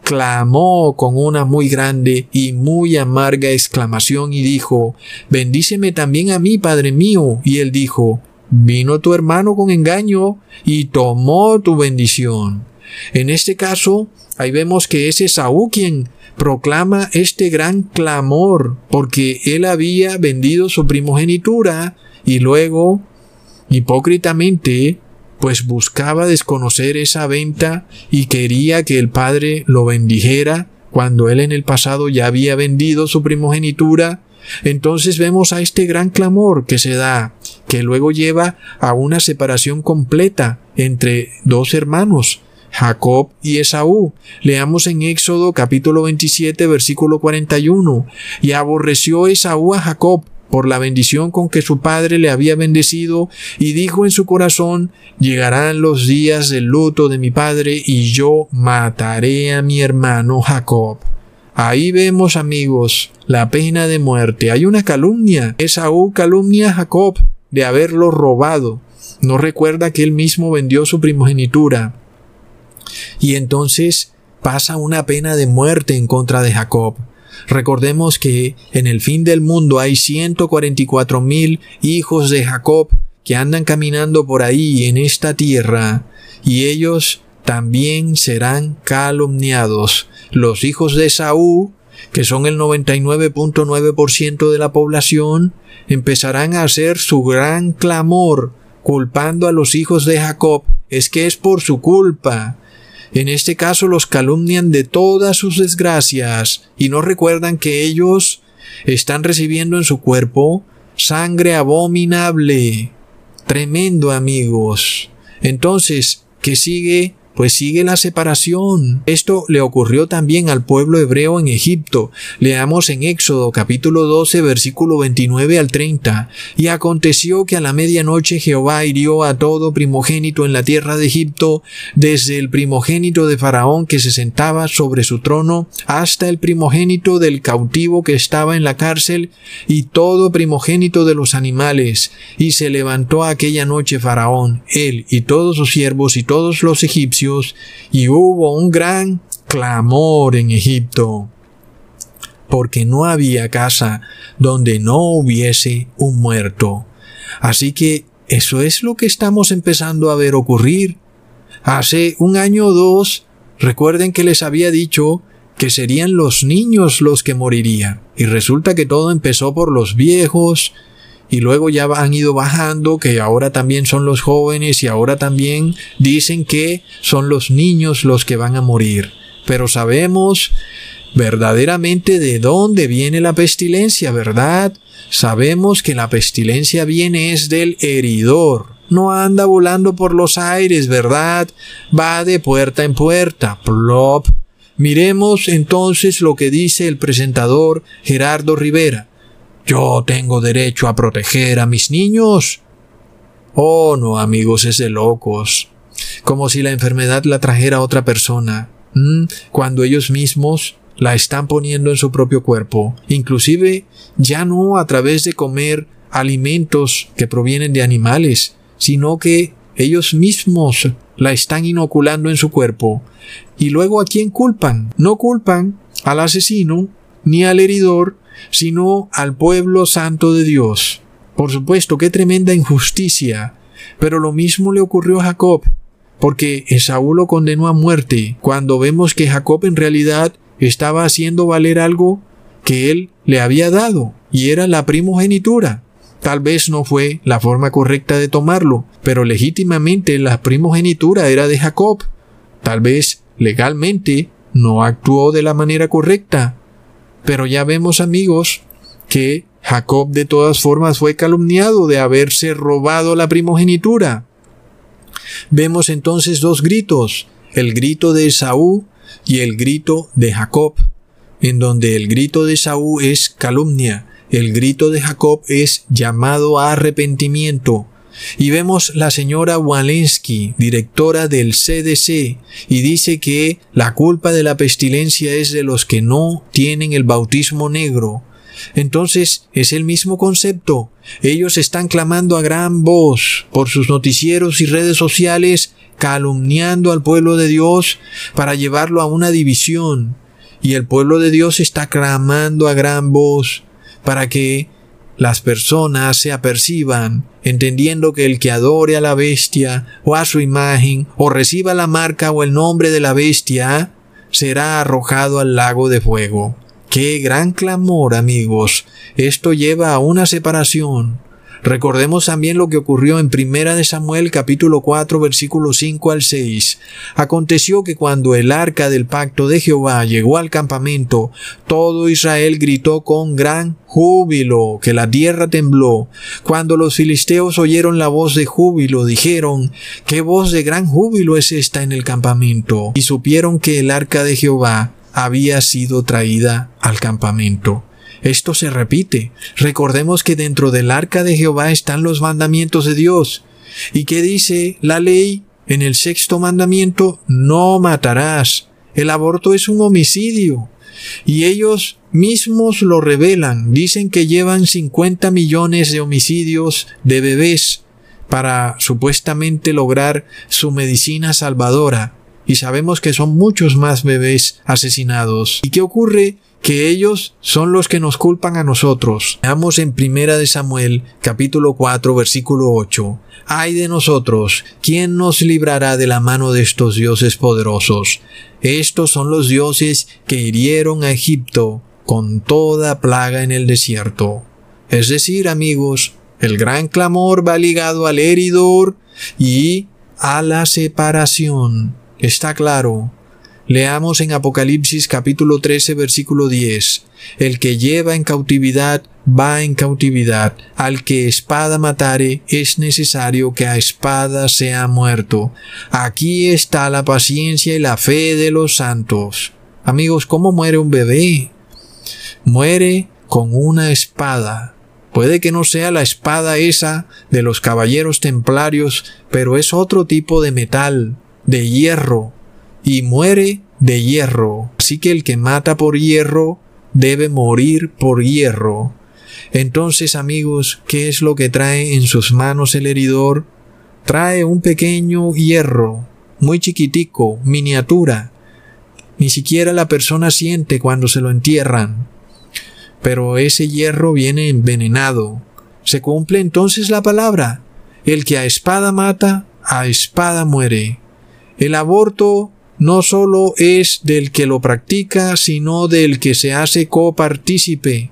clamó con una muy grande y muy amarga exclamación y dijo: bendíceme también a mí, padre mío. Y él dijo: vino tu hermano con engaño y tomó tu bendición. En este caso, ahí vemos que es Esaú quien proclama este gran clamor, porque él había vendido su primogenitura y luego, hipócritamente, pues buscaba desconocer esa venta y quería que el padre lo bendijera cuando él en el pasado ya había vendido su primogenitura. Entonces vemos a este gran clamor que se da, que luego lleva a una separación completa entre dos hermanos, Jacob y Esaú. Leamos en Éxodo capítulo veintisiete, versículo cuarenta y uno. Y aborreció Esaú a Jacob por la bendición con que su padre le había bendecido, y dijo en su corazón: llegarán los días del luto de mi padre, y yo mataré a mi hermano Jacob. Ahí vemos, amigos, la pena de muerte. Hay una calumnia. Esaú calumnia a Jacob de haberlo robado. No recuerda que él mismo vendió su primogenitura. Y entonces pasa una pena de muerte en contra de Jacob. Recordemos que en el fin del mundo hay ciento cuarenta y cuatro mil hijos de Jacob que andan caminando por ahí en esta tierra, y ellos también serán calumniados. Los hijos de Esaú, que son el noventa y nueve punto nueve por ciento de la población, empezarán a hacer su gran clamor, culpando a los hijos de Jacob. Es que es por su culpa. En este caso los calumnian de todas sus desgracias y no recuerdan que ellos están recibiendo en su cuerpo sangre abominable. Tremendo, amigos. Entonces, ¿qué sigue? Pues sigue la separación. Esto le ocurrió también al pueblo hebreo en Egipto. Leamos en Éxodo capítulo doce, versículo veintinueve al treinta. Y aconteció que a la medianoche Jehová hirió a todo primogénito en la tierra de Egipto, desde el primogénito de Faraón que se sentaba sobre su trono, hasta el primogénito del cautivo que estaba en la cárcel, y todo primogénito de los animales. Y se levantó aquella noche Faraón, él y todos sus siervos y todos los egipcios, y hubo un gran clamor en Egipto, porque no había casa donde no hubiese un muerto. Así que eso es lo que estamos empezando a ver ocurrir. Hace un año o dos, recuerden que les había dicho que serían los niños los que morirían, y resulta que todo empezó por los viejos, y luego ya han ido bajando, que ahora también son los jóvenes, y ahora también dicen que son los niños los que van a morir. Pero sabemos verdaderamente de dónde viene la pestilencia, ¿verdad? Sabemos que la pestilencia viene es del heridor. No anda volando por los aires, ¿verdad? Va de puerta en puerta. Plop. Miremos entonces lo que dice el presentador Gerardo Rivera. ¿Yo tengo derecho a proteger a mis niños? Oh, no, amigos, es de locos. Como si la enfermedad la trajera otra persona, ¿Mm? cuando ellos mismos la están poniendo en su propio cuerpo. Inclusive, ya no a través de comer alimentos que provienen de animales, sino que ellos mismos la están inoculando en su cuerpo. Y luego, ¿a quién culpan? No culpan al asesino ni al heridor, sino al pueblo santo de Dios. Por supuesto, qué tremenda injusticia. Pero lo mismo le ocurrió a Jacob, porque Esaú lo condenó a muerte, cuando vemos que Jacob en realidad estaba haciendo valer algo que él le había dado, y era la primogenitura. Tal vez no fue la forma correcta de tomarlo, pero legítimamente la primogenitura era de Jacob. Tal vez legalmente no actuó de la manera correcta. Pero ya vemos, amigos, que Jacob de todas formas fue calumniado de haberse robado la primogenitura. Vemos entonces dos gritos, el grito de Esaú y el grito de Jacob, en donde el grito de Esaú es calumnia, el grito de Jacob es llamado a arrepentimiento. Y vemos la señora Walensky, directora del C D C, y dice que la culpa de la pestilencia es de los que no tienen el bautismo negro. Entonces es el mismo concepto. Ellos están clamando a gran voz por sus noticieros y redes sociales, calumniando al pueblo de Dios para llevarlo a una división. Y el pueblo de Dios está clamando a gran voz para que las personas se aperciban, entendiendo que el que adore a la bestia o a su imagen o reciba la marca o el nombre de la bestia será arrojado al lago de fuego. ¡Qué gran clamor, amigos! Esto lleva a una separación. Recordemos también lo que ocurrió en Primera de Samuel capítulo cuatro versículos cinco al seis. Aconteció que cuando el arca del pacto de Jehová llegó al campamento, todo Israel gritó con gran júbilo, que la tierra tembló. Cuando los filisteos oyeron la voz de júbilo, dijeron: ¿qué voz de gran júbilo es esta en el campamento? Y supieron que el arca de Jehová había sido traída al campamento. Esto se repite. Recordemos que dentro del arca de Jehová están los mandamientos de Dios. ¿Y qué dice la ley en el sexto mandamiento? No matarás. El aborto es un homicidio. Y ellos mismos lo revelan. Dicen que llevan cincuenta millones de homicidios de bebés para supuestamente lograr su medicina salvadora. Y sabemos que son muchos más bebés asesinados. ¿Y qué ocurre? Que ellos son los que nos culpan a nosotros. Veamos en Primera de Samuel, capítulo cuatro, versículo ocho. Ay de nosotros, ¿quién nos librará de la mano de estos dioses poderosos? Estos son los dioses que hirieron a Egipto con toda plaga en el desierto. Es decir, amigos, el gran clamor va ligado al heridor y a la separación. Está claro. Leamos en Apocalipsis capítulo trece versículo diez. El que lleva en cautividad va en cautividad. Al que espada matare es necesario que a espada sea muerto. Aquí está la paciencia y la fe de los santos. Amigos, ¿cómo muere un bebé? Muere con una espada. Puede que no sea la espada esa de los caballeros templarios, pero es otro tipo de metal, de hierro. Y muere de hierro. Así que el que mata por hierro debe morir por hierro. Entonces, amigos, ¿qué es lo que trae en sus manos el heridor? Trae un pequeño hierro, muy chiquitico, miniatura. Ni siquiera la persona siente cuando se lo entierran. Pero ese hierro viene envenenado. Se cumple entonces la palabra: el que a espada mata, a espada muere. El aborto no solo es del que lo practica, sino del que se hace copartícipe.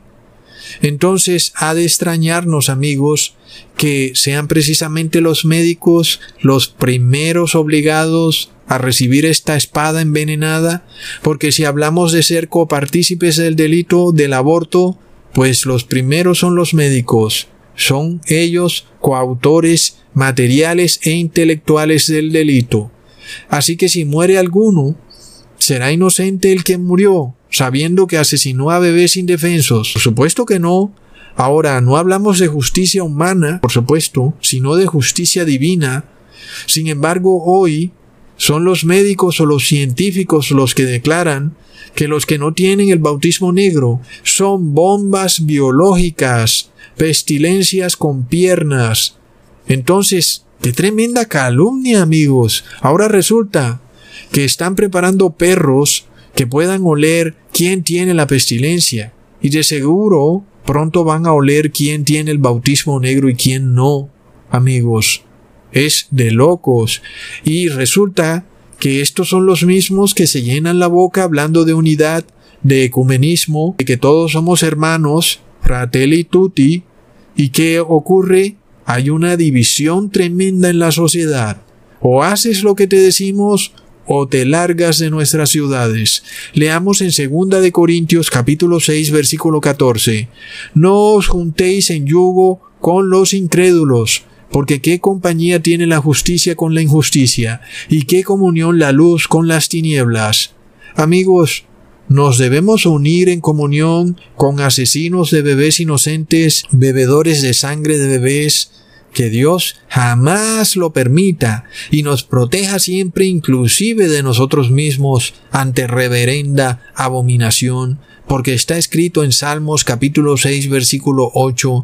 Entonces ha de extrañarnos, amigos, que sean precisamente los médicos los primeros obligados a recibir esta espada envenenada, porque si hablamos de ser copartícipes del delito del aborto, pues los primeros son los médicos. Son ellos coautores materiales e intelectuales del delito. Así que si muere alguno, ¿será inocente el que murió, sabiendo que asesinó a bebés indefensos? Por supuesto que no. Ahora, no hablamos de justicia humana, por supuesto, sino de justicia divina. Sin embargo, hoy son los médicos o los científicos los que declaran que los que no tienen el bautismo negro son bombas biológicas, pestilencias con piernas. Entonces, ¡qué tremenda calumnia, amigos! Ahora resulta que están preparando perros que puedan oler quién tiene la pestilencia. Y de seguro pronto van a oler quién tiene el bautismo negro y quién no. Amigos, es de locos. Y resulta que estos son los mismos que se llenan la boca hablando de unidad, de ecumenismo, de que todos somos hermanos, fratelli tutti. ¿Y qué ocurre? Hay una división tremenda en la sociedad. O haces lo que te decimos o te largas de nuestras ciudades. Leamos en segunda de Corintios capítulo seis versículo catorce. No os juntéis en yugo con los incrédulos, porque qué compañía tiene la justicia con la injusticia, y qué comunión la luz con las tinieblas. Amigos, nos debemos unir en comunión con asesinos de bebés inocentes, bebedores de sangre de bebés. Que Dios jamás lo permita y nos proteja siempre, inclusive de nosotros mismos, ante reverenda abominación, porque está escrito en Salmos capítulo seis versículo ocho: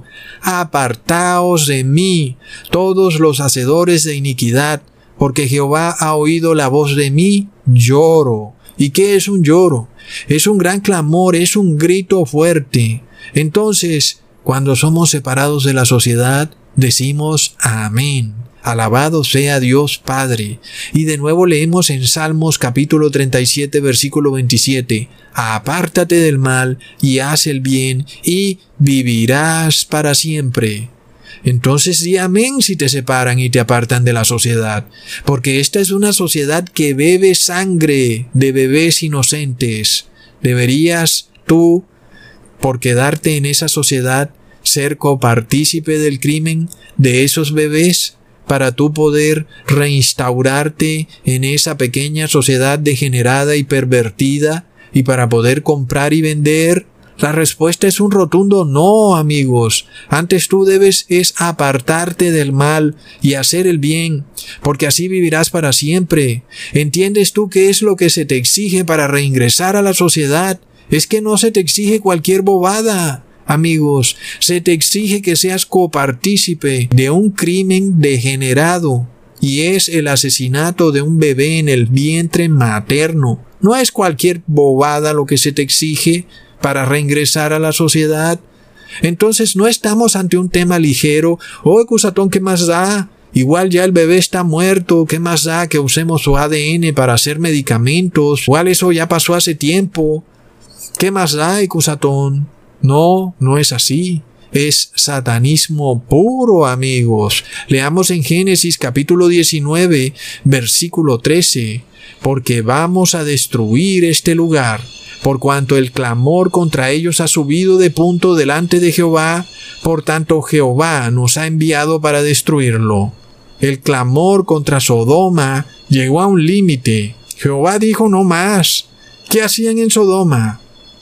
Apartaos de mí, todos los hacedores de iniquidad, porque Jehová ha oído la voz de mi lloro. ¿Y qué es un lloro? Es un gran clamor, es un grito fuerte. Entonces, cuando somos separados de la sociedad, decimos amén. Alabado sea Dios Padre. Y de nuevo leemos en Salmos capítulo treinta y siete versículo veintisiete. Apártate del mal y haz el bien y vivirás para siempre. entonces di amén si te separan y te apartan de la sociedad, porque esta es una sociedad que bebe sangre de bebés inocentes. ¿Deberías tú, por quedarte en esa sociedad, ser copartícipe del crimen de esos bebés para tú poder reinstaurarte en esa pequeña sociedad degenerada y pervertida y para poder comprar y vender? La respuesta es un rotundo no, amigos. Antes tú debes es apartarte del mal y hacer el bien, porque así vivirás para siempre. ¿Entiendes tú qué es lo que se te exige para reingresar a la sociedad? Es que no se te exige cualquier bobada, amigos. Se te exige que seas copartícipe de un crimen degenerado, y es el asesinato de un bebé en el vientre materno. No es cualquier bobada lo que se te exige para reingresar a la sociedad. Entonces no estamos ante un tema ligero. Oh, Cusatón, ¿qué más da? Igual ya el bebé está muerto. ¿Qué más da que usemos su A D N para hacer medicamentos? Igual eso ya pasó hace tiempo. ¿Qué más da, Cusatón? No, no es así. Es satanismo puro, amigos. Leamos en Génesis capítulo diecinueve, versículo trece. Porque vamos a destruir este lugar, por cuanto el clamor contra ellos ha subido de punto delante de Jehová, por tanto Jehová nos ha enviado para destruirlo. El clamor contra Sodoma llegó a un límite. Jehová dijo no más. ¿Qué hacían en Sodoma?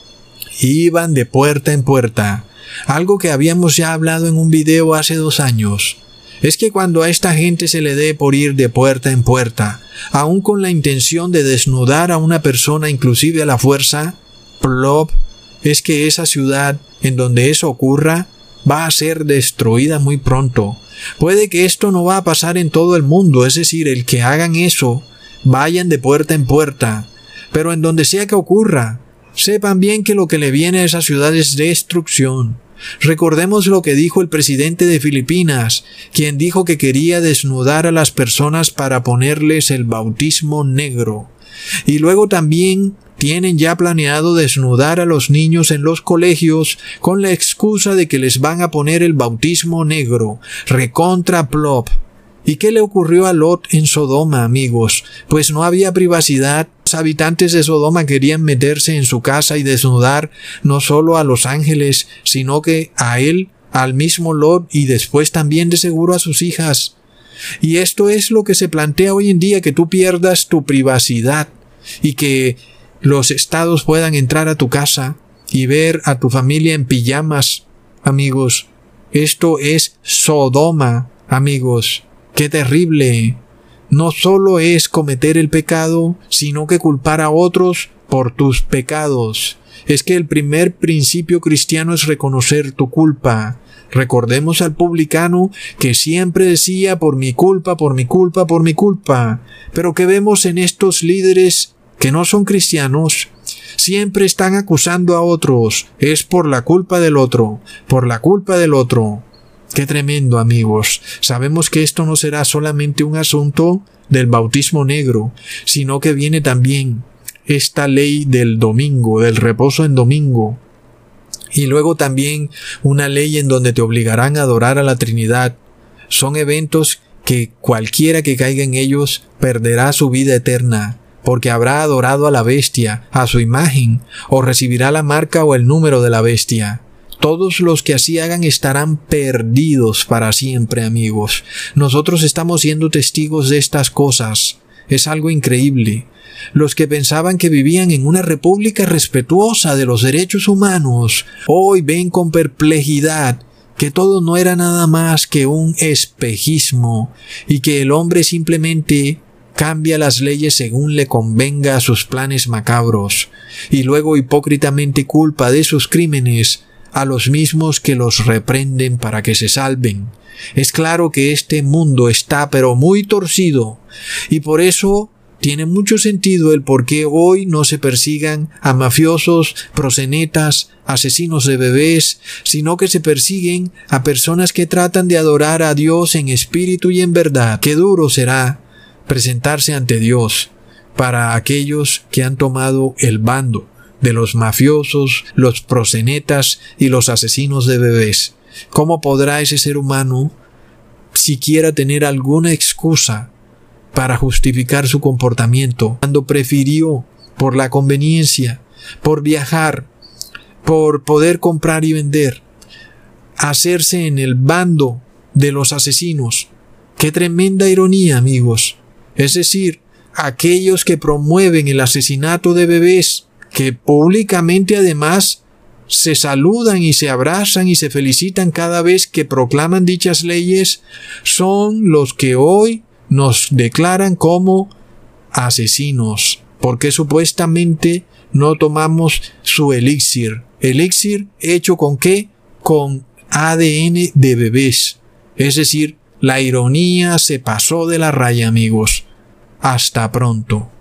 Iban de puerta en puerta, algo que habíamos ya hablado en un video hace dos años. Es que cuando a esta gente se le dé por ir de puerta en puerta, aun con la intención de desnudar a una persona inclusive a la fuerza, plop, es que esa ciudad en donde eso ocurra va a ser destruida muy pronto. Puede que esto no va a pasar en todo el mundo, es decir, el que hagan eso, vayan de puerta en puerta, pero en donde sea que ocurra, sepan bien que lo que le viene a esa ciudad es destrucción. Recordemos lo que dijo el presidente de Filipinas, quien dijo que quería desnudar a las personas para ponerles el bautismo negro. Y luego también tienen ya planeado desnudar a los niños en los colegios con la excusa de que les van a poner el bautismo negro. Recontra plop. ¿Y qué le ocurrió a Lot en Sodoma, amigos? Pues no había privacidad. Los habitantes de Sodoma querían meterse en su casa y desnudar no solo a los ángeles, sino que a él, al mismo Lot y después también de seguro a sus hijas. Y esto es lo que se plantea hoy en día, que tú pierdas tu privacidad y que los estados puedan entrar a tu casa y ver a tu familia en pijamas, amigos. Esto es Sodoma, amigos. ¡Qué terrible! No solo es cometer el pecado, sino que culpar a otros por tus pecados. Es que el primer principio cristiano es reconocer tu culpa. Recordemos al publicano que siempre decía por mi culpa, por mi culpa, por mi culpa. Pero que vemos en estos líderes que no son cristianos, siempre están acusando a otros. Es por la culpa del otro, por la culpa del otro. ¡Qué tremendo, amigos! Sabemos que esto no será solamente un asunto del bautismo negro, sino que viene también esta ley del domingo, del reposo en domingo. Y luego también una ley en donde te obligarán a adorar a la Trinidad. Son eventos que cualquiera que caiga en ellos perderá su vida eterna, porque habrá adorado a la bestia, a su imagen, o recibirá la marca o el número de la bestia. Todos los que así hagan estarán perdidos para siempre, amigos. Nosotros estamos siendo testigos de estas cosas. Es algo increíble. Los que pensaban que vivían en una república respetuosa de los derechos humanos, hoy ven con perplejidad que todo no era nada más que un espejismo y que el hombre simplemente cambia las leyes según le convenga a sus planes macabros y luego hipócritamente culpa de sus crímenes a los mismos que los reprenden para que se salven. Es claro que este mundo está pero muy torcido y por eso tiene mucho sentido el por qué hoy no se persigan a mafiosos, proxenetas, asesinos de bebés, sino que se persiguen a personas que tratan de adorar a Dios en espíritu y en verdad. Qué duro será presentarse ante Dios para aquellos que han tomado el bando de los mafiosos, los proxenetas y los asesinos de bebés. ¿Cómo podrá ese ser humano siquiera tener alguna excusa para justificar su comportamiento cuando prefirió, por la conveniencia, por viajar, por poder comprar y vender, hacerse en el bando de los asesinos? ¡Qué tremenda ironía, amigos! Es decir, aquellos que promueven el asesinato de bebés, que públicamente además se saludan y se abrazan y se felicitan cada vez que proclaman dichas leyes, son los que hoy nos declaran como asesinos, porque supuestamente no tomamos su elixir. ¿Elixir hecho con qué? Con A D N de bebés. Es decir, la ironía se pasó de la raya, amigos. Hasta pronto.